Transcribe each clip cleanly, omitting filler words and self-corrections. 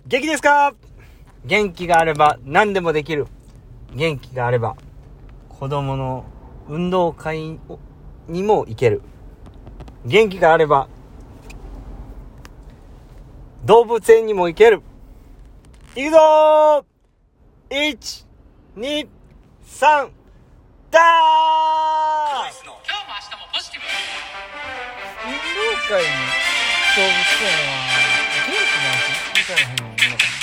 元気ですか？元気があれば何でもできる。元気があれば子供の運動会にも行ける。元気があれば動物園にも行ける。行くぞー !1、2、3、ダー！ ボイスの今日も明日もポジティブ。 運動会に動物園は元気なんて言いたらへんのかな。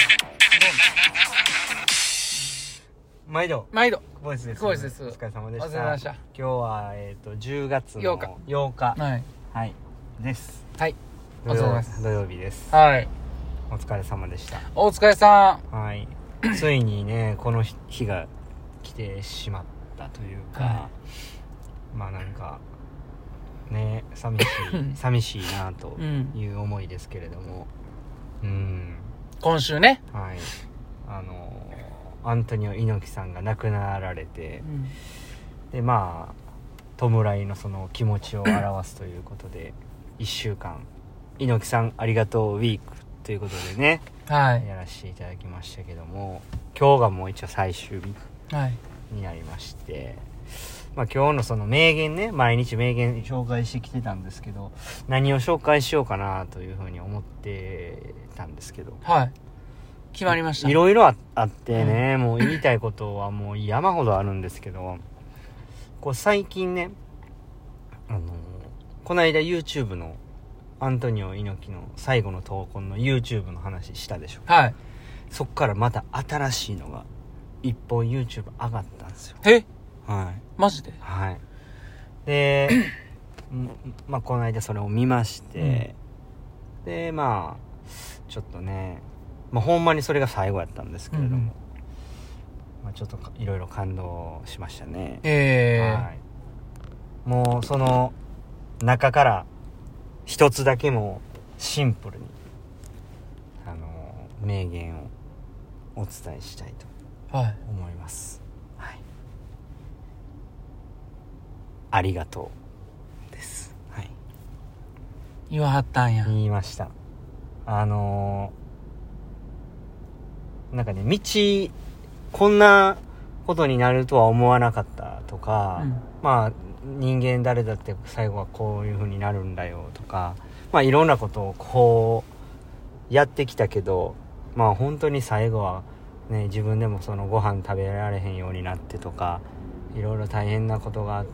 毎度毎度ボイスです。 ボイスです。 お疲れ様でした。 お疲れ様でした。 今日は10月の 8日 8日はいはいですはいお疲れ様です土曜日です。 はいお疲れ様でした。 お疲れさはいついにねこの日が来てしまったというか、 はまあなんかね寂しいなという思いですけれども、 今週ね、 はいアントニオ猪木さんが亡くなられて、でまあ弔いのその気持ちを表すということで1週間猪木さんありがとうウィークということでね、 はいやらせていただきましたけども、今日がもう一応最終日はいになりまして、まあ今日のその名言ね、毎日名言紹介してきてたんですけど、何を紹介しようかなというふうに思ってたんですけど、 はい決まりました。 いろいろあってね、もう言いたいことはもう山ほどあるんですけど、こう最近ね、この間 YouTube のアントニオ猪木の最後の闘魂の YouTube の話したでしょ。 はいそっからまた新しいのが一本 YouTube 上がったんですよ。 えはいマジではいでまあこの間それを見まして、でまあちょっとね、まあほんまにそれが最後やったんですけれども、まあ、ちょっといろいろ感動しましたね。はい、もうその中から一つだけもシンプルに名言をお伝えしたいとはい思います。はい、ありがとうです。はい、 言わはったんや。 言いました。なんかね、こんなことになるとは思わなかったとか、まあ人間誰だって最後はこういう風になるんだよとか、まあいろんなことをこうやってきたけど、まあ本当に最後はね、自分でもそのご飯食べられへんようになってとか、いろいろ大変なことがあって、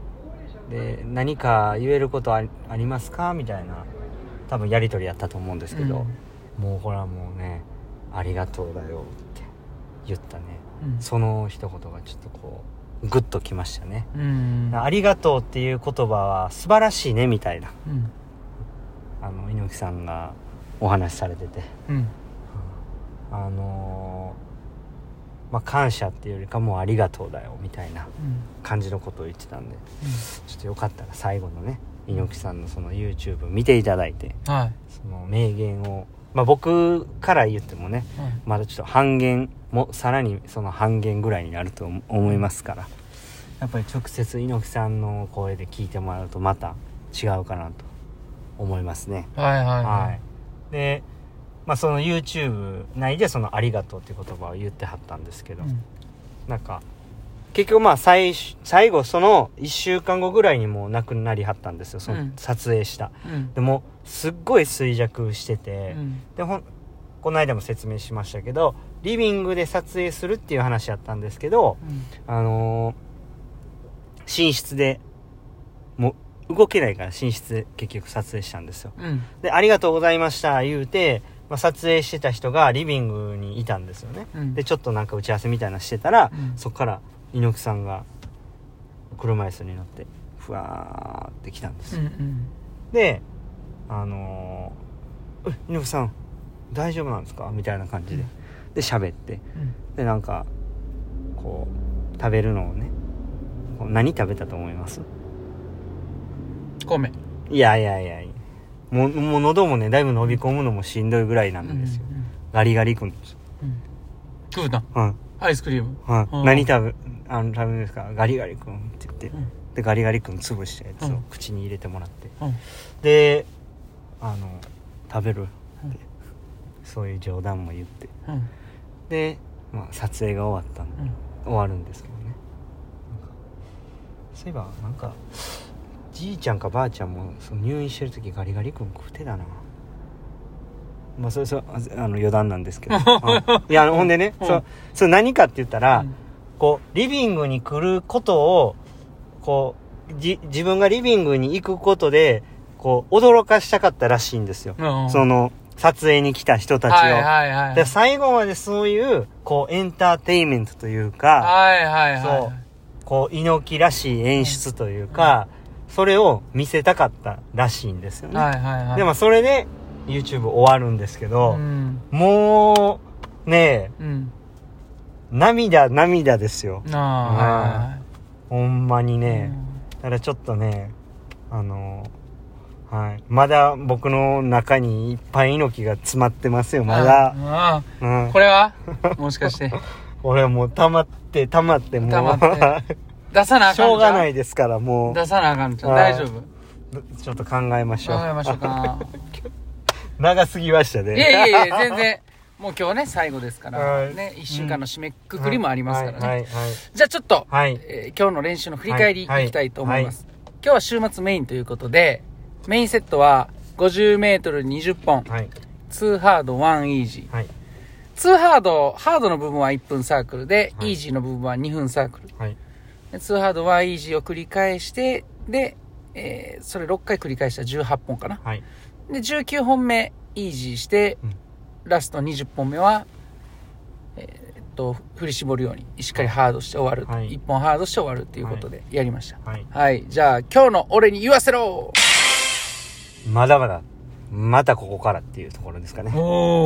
で何か言えることありますかみたいな多分やり取りやったと思うんですけど、もうこれはもうね、ありがとうだよって言ったね、その一言がちょっとこうグッときましたね。ありがとうっていう言葉は素晴らしいねみたいな、猪木さんがお話しされてて、まあ感謝っていうよりかもうありがとうだよみたいな感じのことを言ってたんで、ちょっとよかったら最後のね猪木さんのその YouTube 見ていただいて、その名言を、まあ僕から言ってもね、まだちょっと半減もさらにその半減ぐらいになると思いますから、やっぱり直接猪木さんの声で聞いてもらうとまた違うかなと思いますね。で、まあその YouTube 内でそのありがとうっていう言葉を言ってはったんですけど、なんか結局まあ最後その1週間後ぐらいにもう亡くなりはったんですよ、その撮影した、でもすっごい衰弱してて、でこの間も説明しましたけど、リビングで撮影するっていう話やったんですけど、寝室でもう動けないから寝室で結局撮影したんですよ、でありがとうございました言うて、まあ、撮影してた人がリビングにいたんですよね、でちょっとなんか打ち合わせみたいなしてたら、そこから猪木さんが車椅子に乗ってふわーって来たんですよ、で猪木さん大丈夫なんですかみたいな感じで、で喋って、でなんかこう食べるのをね、何食べたと思います？ 米。 いやもう喉もねだいぶ伸び込むのもしんどいぐらいなんですよ、ガリガリ君です、 食うた、アイスクリーム、 何食べるんですか？ガリガリ君って言って、でガリガリ君潰したやつを口に入れてもらって、で食べるってそういう冗談も言って、 うん、 で、まあ、撮影が終わったんで、終わるんですけどね。なんかそういえばなんかじいちゃんかばあちゃんもその入院してる時ガリガリ君食ってたな。まあそれ余談なんですけどいやほんでね、それ何かって言ったら、こうリビングに来ることをこう自分がリビングに行くことでこう驚かしたかったらしいんですよ、その撮影に来た人たちを、で最後までそういうこうエンターテインメントというか、そうこう猪木らしい演出というか、それを見せたかったらしいんですよね、でもそれで YouTube 終わるんですけど、もうね涙ですよ。ほんまにね、だからちょっとねはい、まだ僕の中にいっぱい猪木が詰まってますよ、まだ。 これはもしかして俺はもう溜まってもう出さなあかんじゃん。 しょうがないですからもう出さなあかんじゃん。大丈夫。 ちょっと考えましょう。 考えましょうか。 長すぎましたね。 いや全然もう今日ね最後ですからね、1週間の締めくくりもありますからね。じゃあちょっと、今日の練習の振り返りいきたいと思います。今日は週末メインということで、メインセットは 50m20 本、2ハード1イージー、2ハードの部分は1分サークルで、イージーの部分は2分サークル、で2ハード1イージーを繰り返してで、それ6回繰り返した18本かな、で19本目イージーして、ラスト20本目は振り絞るようにしっかりハードして終わる、1本ハードして終わるっていうことでやりました。じゃあ今日の俺に言わせろ。 まだまたここからっていうところですかね。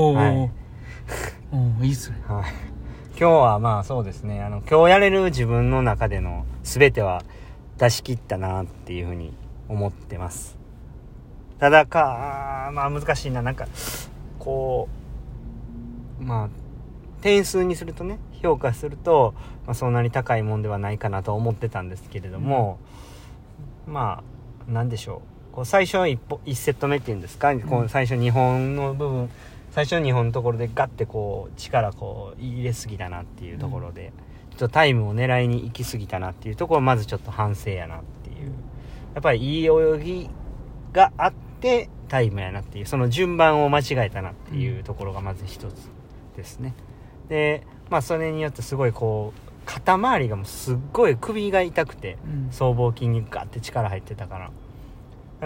いいっすね。 今日はまあそうですね、今日やれる自分の中での全ては出し切ったなっていうふうに思ってます。ただまあ難しいな、なんかこうまあ点数にするとね、評価すると、そんなに高いもんではないかなと思ってたんですけれども、まあなんでしょう、こう最初1セット目っていうんですか、こう最初2本の部分、最初の2本のところでガッてこう力こう入れすぎたなっていうところで、ちょっとタイムを狙いに行きすぎたなっていうところ、まずちょっと反省やなっていう、やっぱりいい泳ぎがあってタイムやなっていう、その順番を間違えたなっていうところがまず一つですね。でまあそれによってすごいこう肩周りがもうすっごい首が痛くて、僧帽筋にガッて力入ってたから、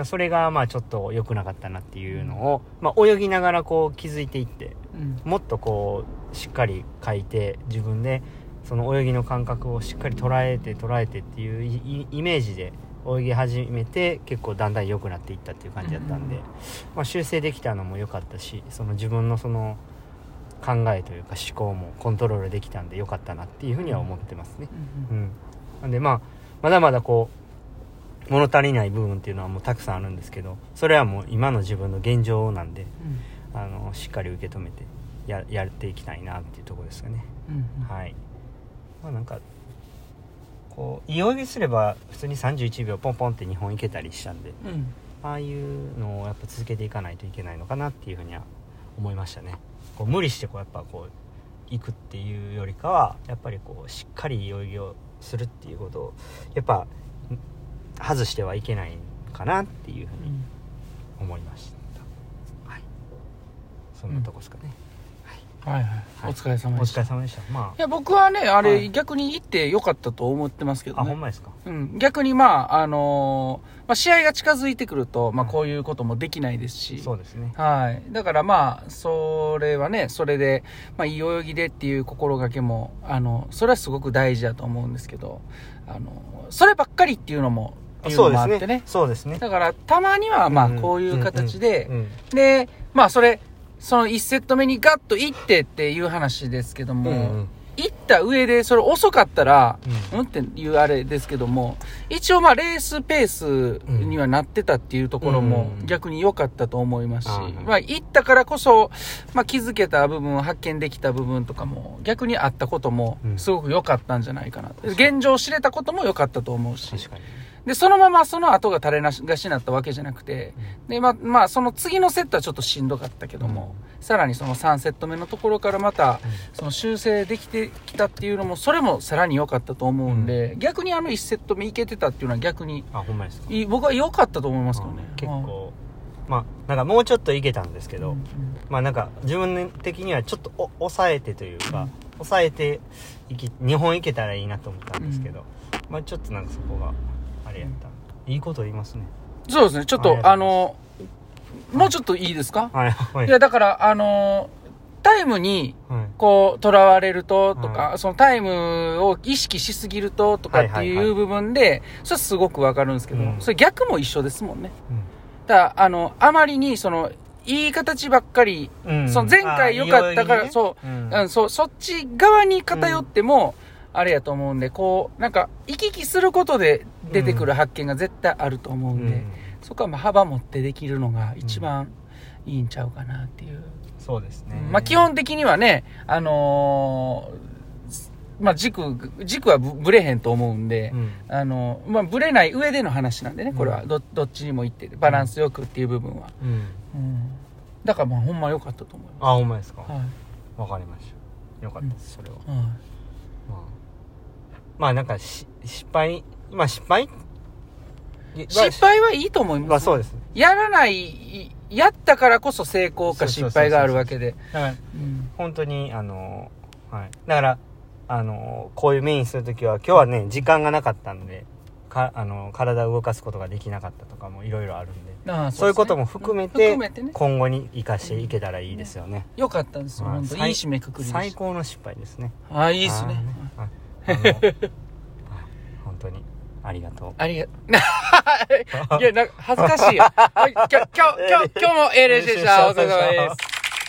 それがまあちょっと良くなかったなっていうのを、泳ぎながらこう気づいていって、もっとこうしっかり書いて、自分でその泳ぎの感覚をしっかり捉えてっていうイメージで泳ぎ始めて、結構だんだん良くなっていったっていう感じだったんで、修正できたのも良かったし、その自分のその考えというか思考もコントロールできたんで良かったなっていうふうには思ってますね。なんでまだまだこう物足りない部分っていうのはもうたくさんあるんですけど、それはもう今の自分の現状なんで、しっかり受け止めてやっていきたいなっていうところですよね。なんかこういい泳ぎすれば普通に31秒ポンポンって2本いけたりしたんで、ああいうのをやっぱ続けていかないといけないのかなっていうふうには思いましたね。こう無理してこうやっぱこう行くっていうよりかは、やっぱりこうしっかり泳ぎをするっていうことをやっぱ外してはいけないかなっていうふうに思いました。そんなとこですかね。 お疲れ様でした。 お疲れ様でした。 いや僕はねあれ、逆に行ってよかったと思ってますけどね。 ほんまですか。 逆に試合が近づいてくると、こういうこともできないですし、 そうですね。 だからそれはね、それでいい泳ぎでっていう心がけもそれはすごく大事だと思うんですけど、そればっかりっていうのもっていうのもあってね。 そうですね。 だからたまにはこういう形で、でその1セット目にガッと行ってっていう話ですけども、行った上でそれ遅かったらっていうあれですけども、一応レースペースにはなってたっていうところも逆に良かったと思いますし、行ったからこそ気づけた部分、発見できた部分とかも逆にあったこともすごく良かったんじゃないかな、現状知れたことも良かったと思うし、 で、そのままその後が垂れ流しになったわけじゃなくて、で、まあ、その次のセットはちょっとしんどかったけども、さらにその3セット目のところからまた、その修正できてきたっていうのも、それもさらに良かったと思うんで、逆に1セット目いけてたっていうのは逆に、 ほんまですか。 僕は良かったと思いますけどね。 結構、まあ、なんかもうちょっといけたんですけど、まあなんか自分的にはちょっと抑えてというか、抑えて2本いけたらいいなと思ったんですけど、まあちょっとなんかそこがあれやった、いいこと言いますね。 そうですね。ちょっともうちょっといいですか？ はい。 いやだからタイムにこうとらわれるととか、そのタイムを意識しすぎるととかっていう部分で、それはすごくわかるんですけど、それ逆も一緒ですもんね。だからあまりにそのいい形ばっかり、その前回良かったから、そっち側に偏っても、あれやと思うんで、こう、なんか、行き来することで出てくる発見が絶対あると思うんで、そこはまあ幅持ってできるのが一番いいんちゃうかなっていう。 そうですね。 まあ基本的にはね、まあ軸はぶれへんと思うんで、まあぶれない上での話なんでね、これはどっちにもいってバランスよくっていう部分は。だからまあほんま良かったと思います。 ほんまですか。わかりました。良かったです、それは。まあなんか失敗はいいと思います。 まあそうです。 やったからこそ成功か失敗があるわけで。 だから、本当にだからこういうメインするときは今日はね時間がなかったんで体を動かすことができなかったとかもいろいろあるんで、そういうことも含めて今後に生かしていけたらいいですよね。 よかったですよ。本当いい締めくくりでした。 最高の失敗ですね。 いいですね。 本当にありがとう。 いやなんか恥ずかしいよ。今日も A 練習でした。お疲れ様です。